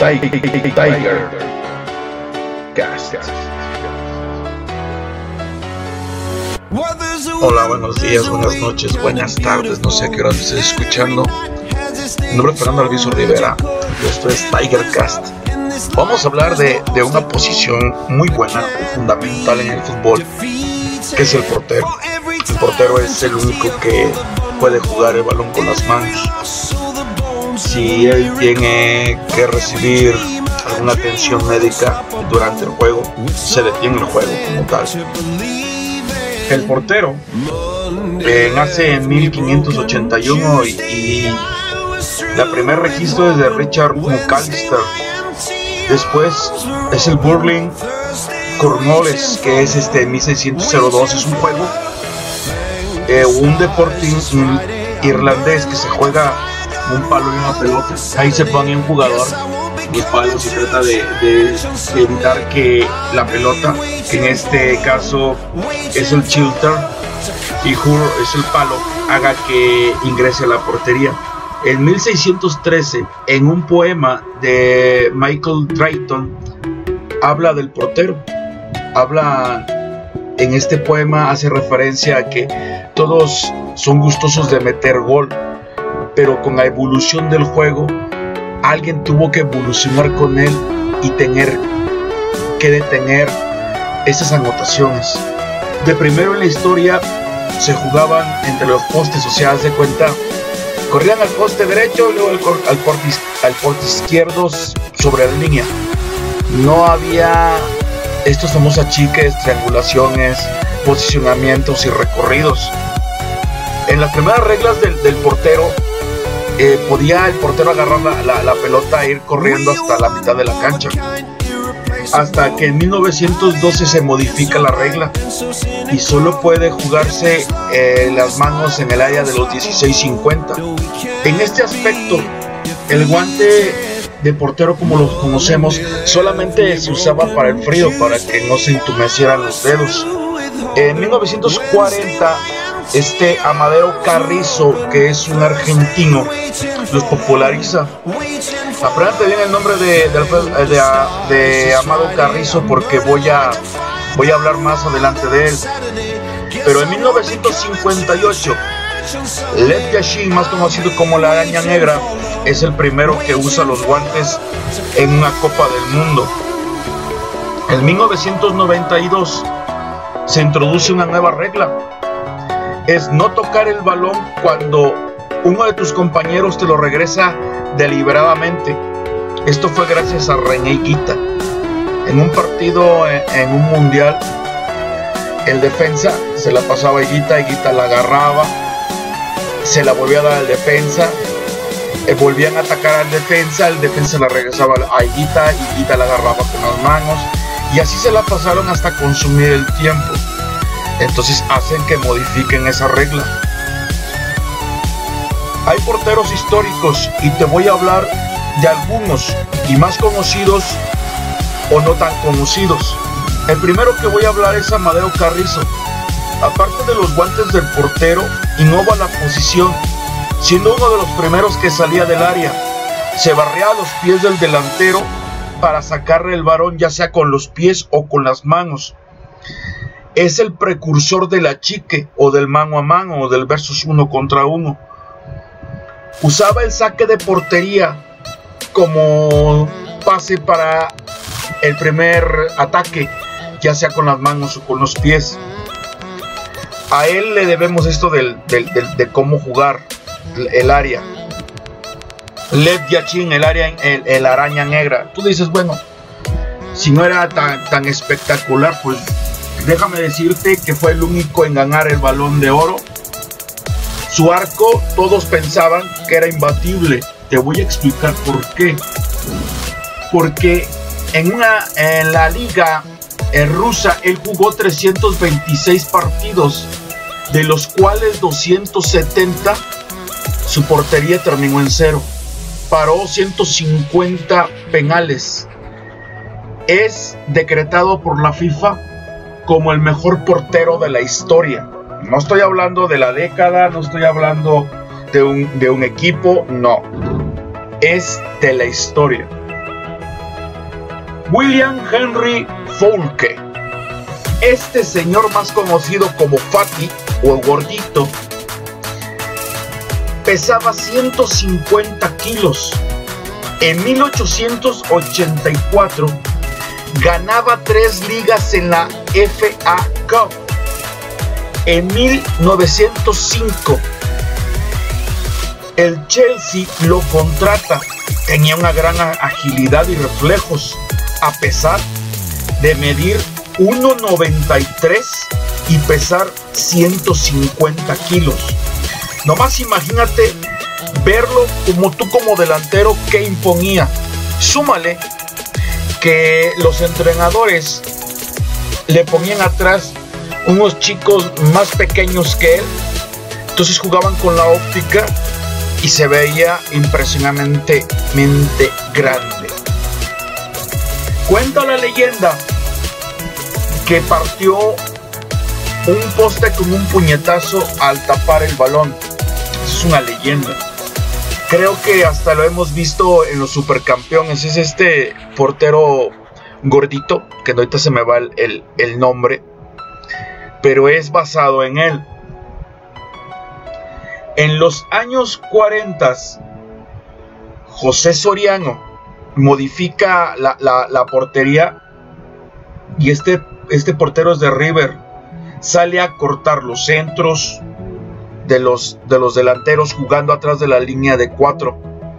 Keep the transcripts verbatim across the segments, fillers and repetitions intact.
Tiger Cast. Hola, buenos días, buenas noches, buenas tardes, no sé a qué hora me estés escuchando. Mi nombre es Fernando Alviso Rivera, esto es Tiger Cast. Vamos a hablar de, de una posición muy buena, fundamental en el fútbol, que es el portero. El portero es el único que puede jugar el balón con las manos. Si él tiene que recibir alguna atención médica durante el juego, se detiene el juego como tal. El portero eh, nace en mil quinientos ochenta y uno y, y la primer registro es de Richard McAllister. Después es el Burling Cornwallis, que es este mil seiscientos dos. Es un juego, eh, un deporte irlandés que se juega un palo y una pelota. Ahí se pone un jugador los palos y trata de, de, de evitar que la pelota, que en este caso es el chilter, y Hur es el palo, haga que ingrese a la portería. En mil seiscientos trece, en un poema de Michael Drayton, habla del portero. Habla en este poema, hace referencia a que todos son gustosos de meter gol, pero con la evolución del juego, alguien tuvo que evolucionar con él y tener que detener esas anotaciones. De primero en la historia se jugaban entre los postes, o sea, haz de cuenta, corrían al poste derecho y luego al, al, porte, al porte izquierdo sobre la línea. No había estos famosos achiques, triangulaciones, posicionamientos y recorridos. En las primeras reglas del, del portero, Eh, podía el portero agarrar la, la, la pelota e ir corriendo hasta la mitad de la cancha, hasta que en mil novecientos doce se modifica la regla y solo puede jugarse eh, las manos en el área de los dieciséis cincuenta. En este aspecto, el guante de portero como lo conocemos solamente se usaba para el frío, para que no se entumecieran los dedos. En mil novecientos cuarenta, este Amadeo Carrizo, que es un argentino, los populariza. Apréndete bien el nombre de, de, de, de Amado Carrizo, porque voy a, voy a hablar más adelante de él. Pero en mil novecientos cincuenta y ocho, Lev Yashin, más conocido como la Araña Negra, es el primero que usa los guantes en una Copa del Mundo. En mil novecientos noventa y dos se introduce una nueva regla. Es no tocar el balón cuando uno de tus compañeros te lo regresa deliberadamente. Esto fue gracias a René Higuita. En un partido, en, en un mundial, el defensa se la pasaba a Higuita, Higuita la agarraba, se la volvía a dar al defensa, eh, volvían a atacar al defensa, el defensa la regresaba a Higuita, Higuita la agarraba con las manos, y así se la pasaron hasta consumir el tiempo. Entonces hacen que modifiquen esa regla. Hay porteros históricos y te voy a hablar de algunos, y más conocidos o no tan conocidos. El primero que voy a hablar es Amadeo Carrizo. Aparte de los guantes del portero, innova la posición, siendo uno de los primeros que salía del área. Se barría a los pies del delantero para sacarle el balón, ya sea con los pies o con las manos. Es el precursor del achique o del mano a mano o del versus uno contra uno. Usaba el saque de portería como pase para el primer ataque, ya sea con las manos o con los pies. A él le debemos esto del, del, del, de cómo jugar el área. Lev Yashin, el área, el, el Araña Negra. Tú dices, bueno, si no era tan, tan espectacular, pues déjame decirte que fue el único en ganar el Balón de Oro. Su arco, todos pensaban que era imbatible. Te voy a explicar por qué. Porque en, una, en la liga en rusa, él jugó trescientos veintiséis partidos, de los cuales doscientos setenta su portería terminó en cero. Paró ciento cincuenta penales. Es decretado por la FIFA como el mejor portero de la historia. No estoy hablando de la década, no estoy hablando de un, de un equipo, no. Es de la historia. William Henry Foulke. Este señor, más conocido como Fatty o Gordito, pesaba ciento cincuenta kilos. En mil ochocientos ochenta y cuatro ganaba tres ligas en la F A Cup. En mil novecientos cinco el Chelsea lo contrata. Tenía una gran agilidad y reflejos, a pesar de medir uno noventa y tres y pesar ciento cincuenta kilos. Nomás imagínate verlo como tú como delantero, que imponía. Súmale que los entrenadores le ponían atrás unos chicos más pequeños que él, entonces jugaban con la óptica y se veía impresionantemente grande. Cuenta la leyenda que partió un poste con un puñetazo al tapar el balón. Es una leyenda. Creo que hasta lo hemos visto en los supercampeones. Es este portero gordito, que ahorita se me va el, el, el nombre, pero es basado en él. En los años cuarenta, José Soriano modifica la, la, la portería y este, este portero es de River. Sale a cortar los centros de los, de los delanteros jugando atrás de la línea de cuatro.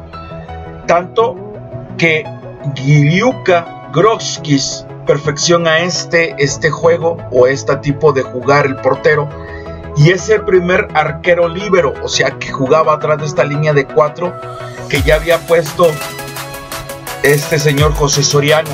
Tanto que Gianluca Groskis perfecciona este, este juego o este tipo de jugar el portero. Y es el primer arquero líbero, o sea que jugaba atrás de esta línea de cuatro que ya había puesto este señor José Soriano.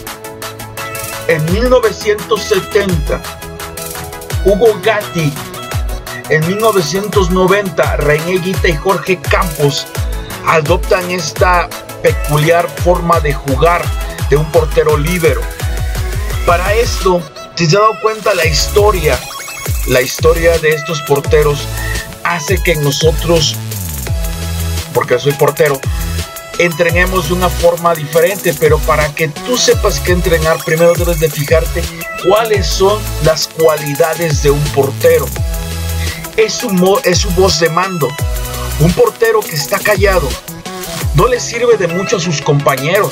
En mil novecientos setenta, Hugo Gatti. En mil novecientos noventa, René Higuita y Jorge Campos adoptan esta peculiar forma de jugar de un portero líbero. Para esto, te has dado cuenta la historia. La historia de estos porteros hace que nosotros, porque soy portero, entrenemos de una forma diferente. Pero para que tú sepas qué entrenar, primero debes de fijarte cuáles son las cualidades de un portero. Es su, es su voz de mando. Un portero que está callado no le sirve de mucho a sus compañeros.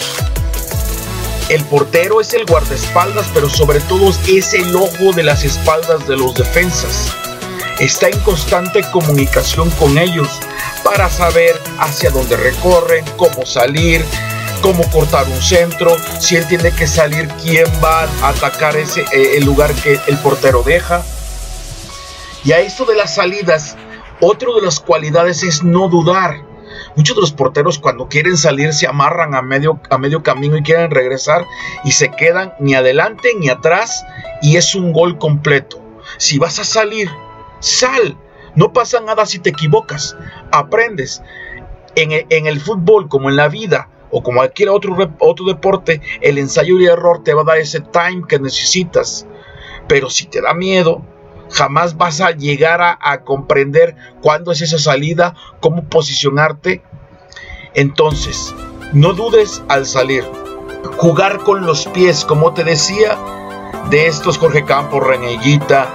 El portero es el guardaespaldas, pero sobre todo es el ojo de las espaldas de los defensas. Está en constante comunicación con ellos para saber hacia dónde recorren, cómo salir, cómo cortar un centro, si él tiene que salir, quién va a atacar ese, eh, el lugar que el portero deja. Y a esto de las salidas, otro de las cualidades es no dudar. Muchos de los porteros, cuando quieren salir, se amarran a medio, a medio camino y quieren regresar y se quedan ni adelante ni atrás, y es un gol completo. Si vas a salir, sal. No pasa nada si te equivocas. Aprendes. En el, en el fútbol, como en la vida o como cualquier otro, otro deporte, el ensayo y error te va a dar ese time que necesitas. Pero si te da miedo, jamás vas a llegar a, a comprender cuándo es esa salida, cómo posicionarte. Entonces, no dudes al salir. Jugar con los pies, como te decía, de estos Jorge Campos, René Higuita,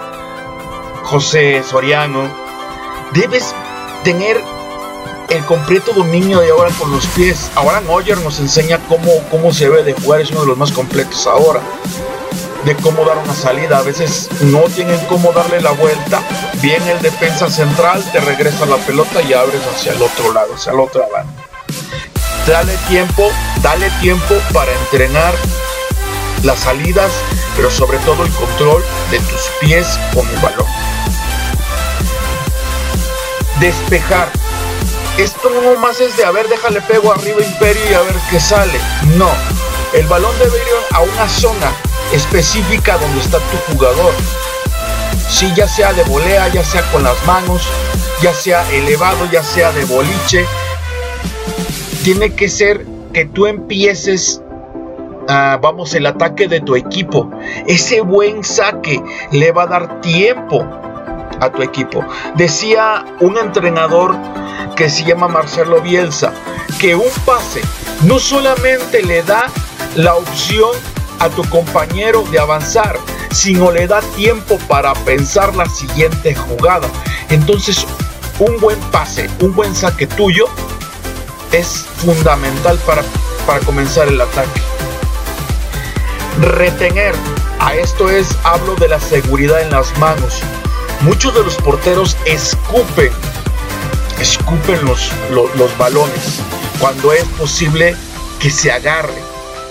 José Soriano. Debes tener el completo dominio de ahora con los pies. Ahora Neuer nos enseña cómo, cómo se debe de jugar, es uno de los más completos ahora. De cómo dar una salida. A veces no tienen cómo darle la vuelta. Viene el defensa central, te regresa la pelota y abres hacia el otro lado, hacia la otra banda. Dale tiempo, dale tiempo para entrenar las salidas, pero sobre todo el control de tus pies con el balón. Despejar. Esto no más es de a ver, déjale pego arriba Imperio y a ver qué sale. No, el balón debe ir a una zona específica donde está tu jugador. Si ya sea de volea, ya sea con las manos, ya sea elevado, ya sea de boliche, tiene que ser que tú empieces uh, vamos, el ataque de tu equipo. Ese buen saque le va a dar tiempo a tu equipo. Decía un entrenador que se llama Marcelo Bielsa que un pase no solamente le da la opción a tu compañero de avanzar, si no le da tiempo para pensar la siguiente jugada. Entonces, un buen pase, un buen saque tuyo es fundamental para, para comenzar el ataque. Retener, a esto es, hablo de la seguridad en las manos. Muchos de los porteros escupen, escupen los, los, los balones cuando es posible que se agarre.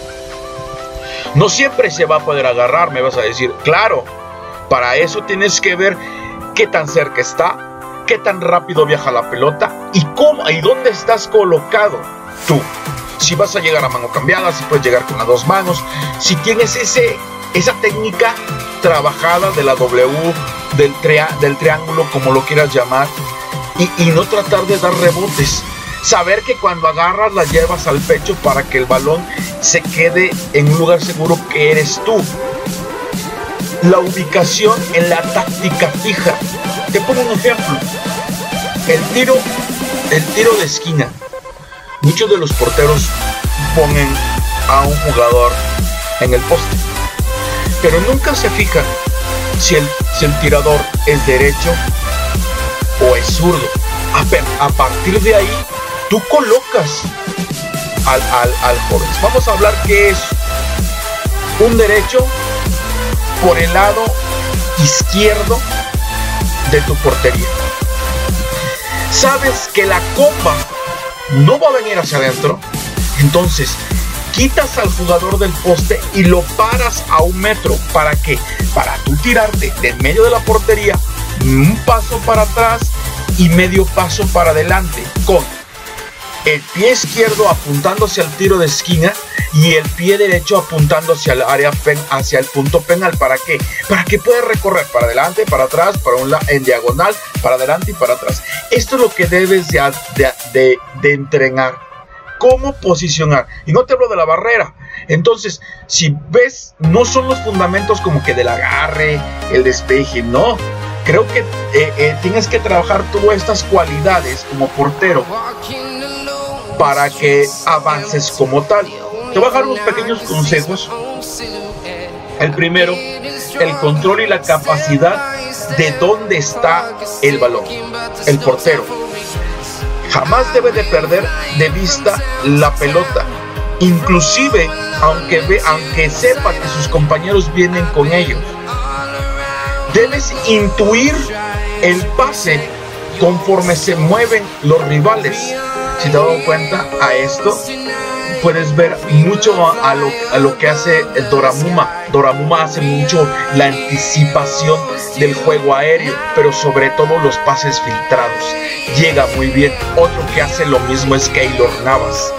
No siempre se va a poder agarrar, me vas a decir. Claro, para eso tienes que ver qué tan cerca está, qué tan rápido viaja la pelota y cómo y dónde estás colocado tú. Si vas a llegar a mano cambiada, si puedes llegar con las dos manos, si tienes ese, esa técnica trabajada de la W, del, tria, del triángulo, como lo quieras llamar, y, y no tratar de dar rebotes. Saber que cuando agarras la llevas al pecho para que el balón se quede en un lugar seguro que eres tú. La ubicación en la táctica fija. Te pongo un ejemplo. El tiro, el tiro de esquina. Muchos de los porteros ponen a un jugador en el poste, pero nunca se fijan si el, si el tirador es derecho o es zurdo. A, a partir de ahí, tú colocas al, al, al joven. Vamos a hablar que es un derecho por el lado izquierdo de tu portería. Sabes que la comba no va a venir hacia adentro, entonces quitas al jugador del poste y lo paras a un metro. ¿Para qué? Para tú tirarte de en medio de la portería, un paso para atrás y medio paso para adelante, con el pie izquierdo apuntando hacia el tiro de esquina y el pie derecho apuntando hacia el área pen, hacia el punto penal. ¿Para qué? Para que puedas recorrer para adelante, para atrás, para un lado, en diagonal, para adelante y para atrás. Esto es lo que debes de, de, de, de entrenar. Cómo posicionar. Y no te hablo de la barrera. Entonces, si ves, no son los fundamentos como que del agarre, el despeje, no. Creo que eh, eh, tienes que trabajar todas estas cualidades como portero para que avances como tal. Te voy a dar unos pequeños consejos. El primero, el control y la capacidad de dónde está el balón. El portero jamás debe de perder de vista la pelota, inclusive aunque, ve, aunque sepa que sus compañeros vienen con ellos. Debes intuir el pase conforme se mueven los rivales. Si te has dado cuenta a esto, puedes ver mucho a, a, lo, a lo que hace el Doramuma. Doramuma hace mucho la anticipación del juego aéreo, pero sobre todo los pases filtrados. Llega muy bien. Otro que hace lo mismo es Keylor Navas.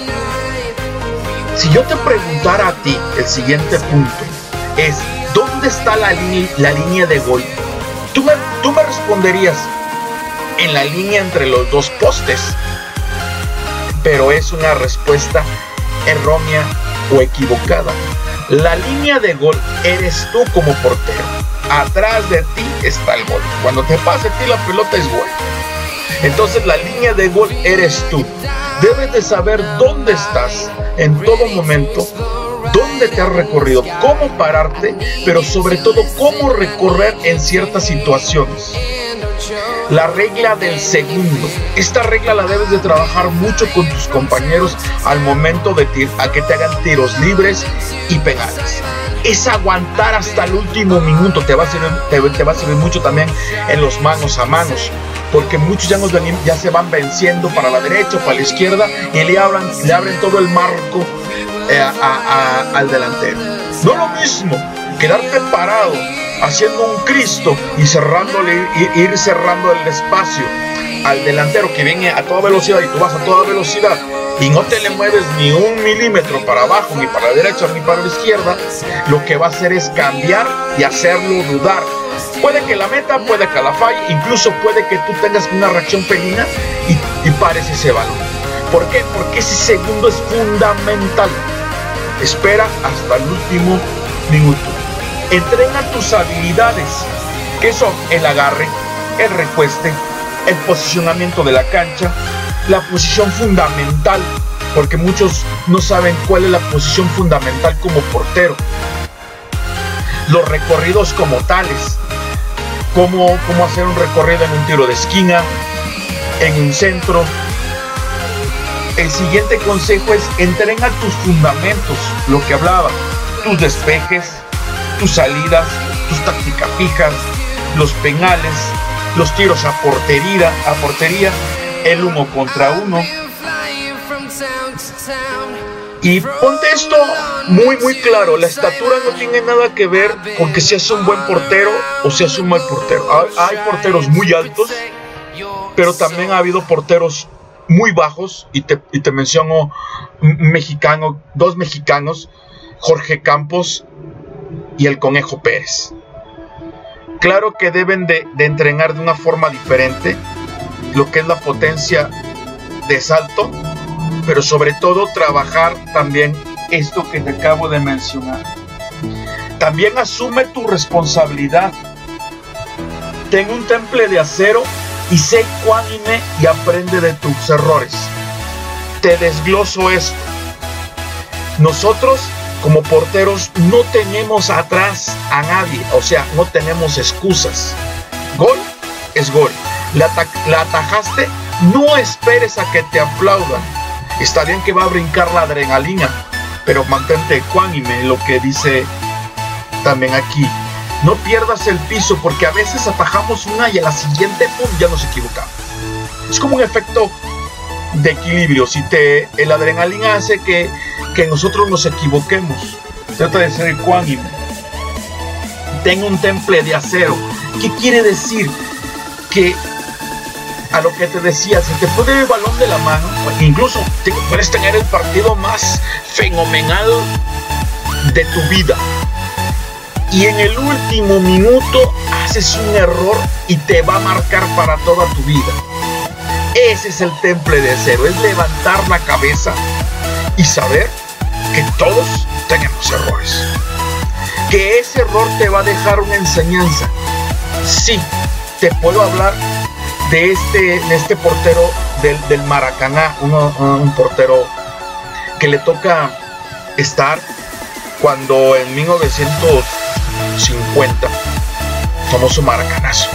Si yo te preguntara a ti, el siguiente punto es: ¿dónde está la, li- la línea de gol? Tú me, tú me responderías: en la línea entre los dos postes. Pero es una respuesta errónea o equivocada. La línea de gol eres tú como portero. Atrás de ti está el gol. Cuando te pase a ti la pelota es gol. Entonces la línea de gol eres tú. Debes de saber dónde estás en todo momento, dónde te has recorrido, cómo pararte, pero sobre todo cómo recorrer en ciertas situaciones. La regla del segundo. Esta regla la debes de trabajar mucho con tus compañeros al momento de tir- a que te hagan tiros libres y penales. Es aguantar hasta el último minuto. Te va a servir, te, te va a servir mucho también en los manos a manos, porque muchos ya, nos ven, ya se van venciendo para la derecha o para la izquierda y le abran, le abren todo el marco eh, a, a, al delantero. No lo mismo quedarte parado haciendo un Cristo y cerrándole, ir cerrando el espacio al delantero que viene a toda velocidad y tú vas a toda velocidad y no te le mueves ni un milímetro para abajo, ni para la derecha, ni para la izquierda. Lo que va a hacer es cambiar y hacerlo dudar. Puede que la meta, puede que la falle, incluso puede que tú tengas una reacción felina y, y pares ese balón. ¿Por qué? Porque ese segundo es fundamental. Espera hasta el último minuto. Entrena tus habilidades, que son el agarre, el recueste, el posicionamiento de la cancha, la posición fundamental porque muchos no saben cuál es la posición fundamental como portero. Los recorridos como tales, cómo, cómo hacer un recorrido en un tiro de esquina, en un centro. El siguiente consejo es entrena tus fundamentos, lo que hablaba, tus despejes, tus salidas, tus tácticas fijas, los penales, los tiros a portería, a portería, el uno contra uno. Y ponte esto muy muy claro, la estatura no tiene nada que ver con que seas un buen portero o seas un mal portero. Hay porteros muy altos, pero también ha habido porteros muy bajos, y te, y te menciono un mexicano, dos mexicanos, Jorge Campos y el Conejo Pérez. Claro que deben de, de entrenar de una forma diferente lo que es la potencia de salto, pero sobre todo trabajar también esto que te acabo de mencionar. También asume tu responsabilidad. Ten un temple de acero y sé ecuánime y aprende de tus errores. Te desgloso esto. Nosotros como porteros no tenemos atrás a nadie, o sea, no tenemos excusas. Gol es gol. La, ata- la atajaste, no esperes a que te aplaudan. Está bien que va a brincar la adrenalina, pero mantente ecuánime, lo que dice también aquí. No pierdas el piso, porque a veces atajamos una y a la siguiente, pum, ya nos equivocamos. Es como un efecto de equilibrio. Si te, el adrenalina hace que, que nosotros nos equivoquemos, trata de ser ecuánime. Ten un temple de acero. ¿Qué quiere decir? Que a lo que te decía, se te puede ir el balón de la mano, incluso te puedes tener el partido más fenomenal de tu vida, y en el último minuto haces un error y te va a marcar para toda tu vida. Ese es el temple de acero, es levantar la cabeza y saber que todos tenemos errores, que ese error te va a dejar una enseñanza. Sí, te puedo hablar de este, de este portero del, del Maracaná, uno, un portero que le toca estar cuando en mil novecientos cincuenta, famoso Maracanazo.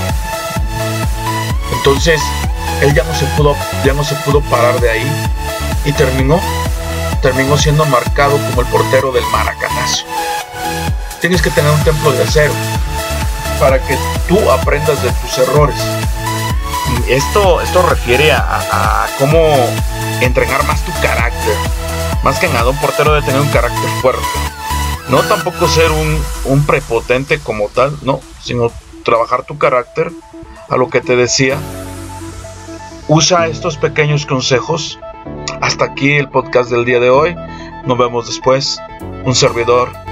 Entonces él ya no se pudo, ya no se pudo parar de ahí y terminó, terminó siendo marcado como el portero del Maracanazo. Tienes que tener un templo de acero para que tú aprendas de tus errores. Esto, esto refiere a, a, a cómo entrenar más tu carácter. Más que nada, un portero debe tener un carácter fuerte. No tampoco ser un, un prepotente como tal, no, sino trabajar tu carácter. A lo que te decía, usa estos pequeños consejos. Hasta aquí el podcast del día de hoy. Nos vemos después. Un servidor,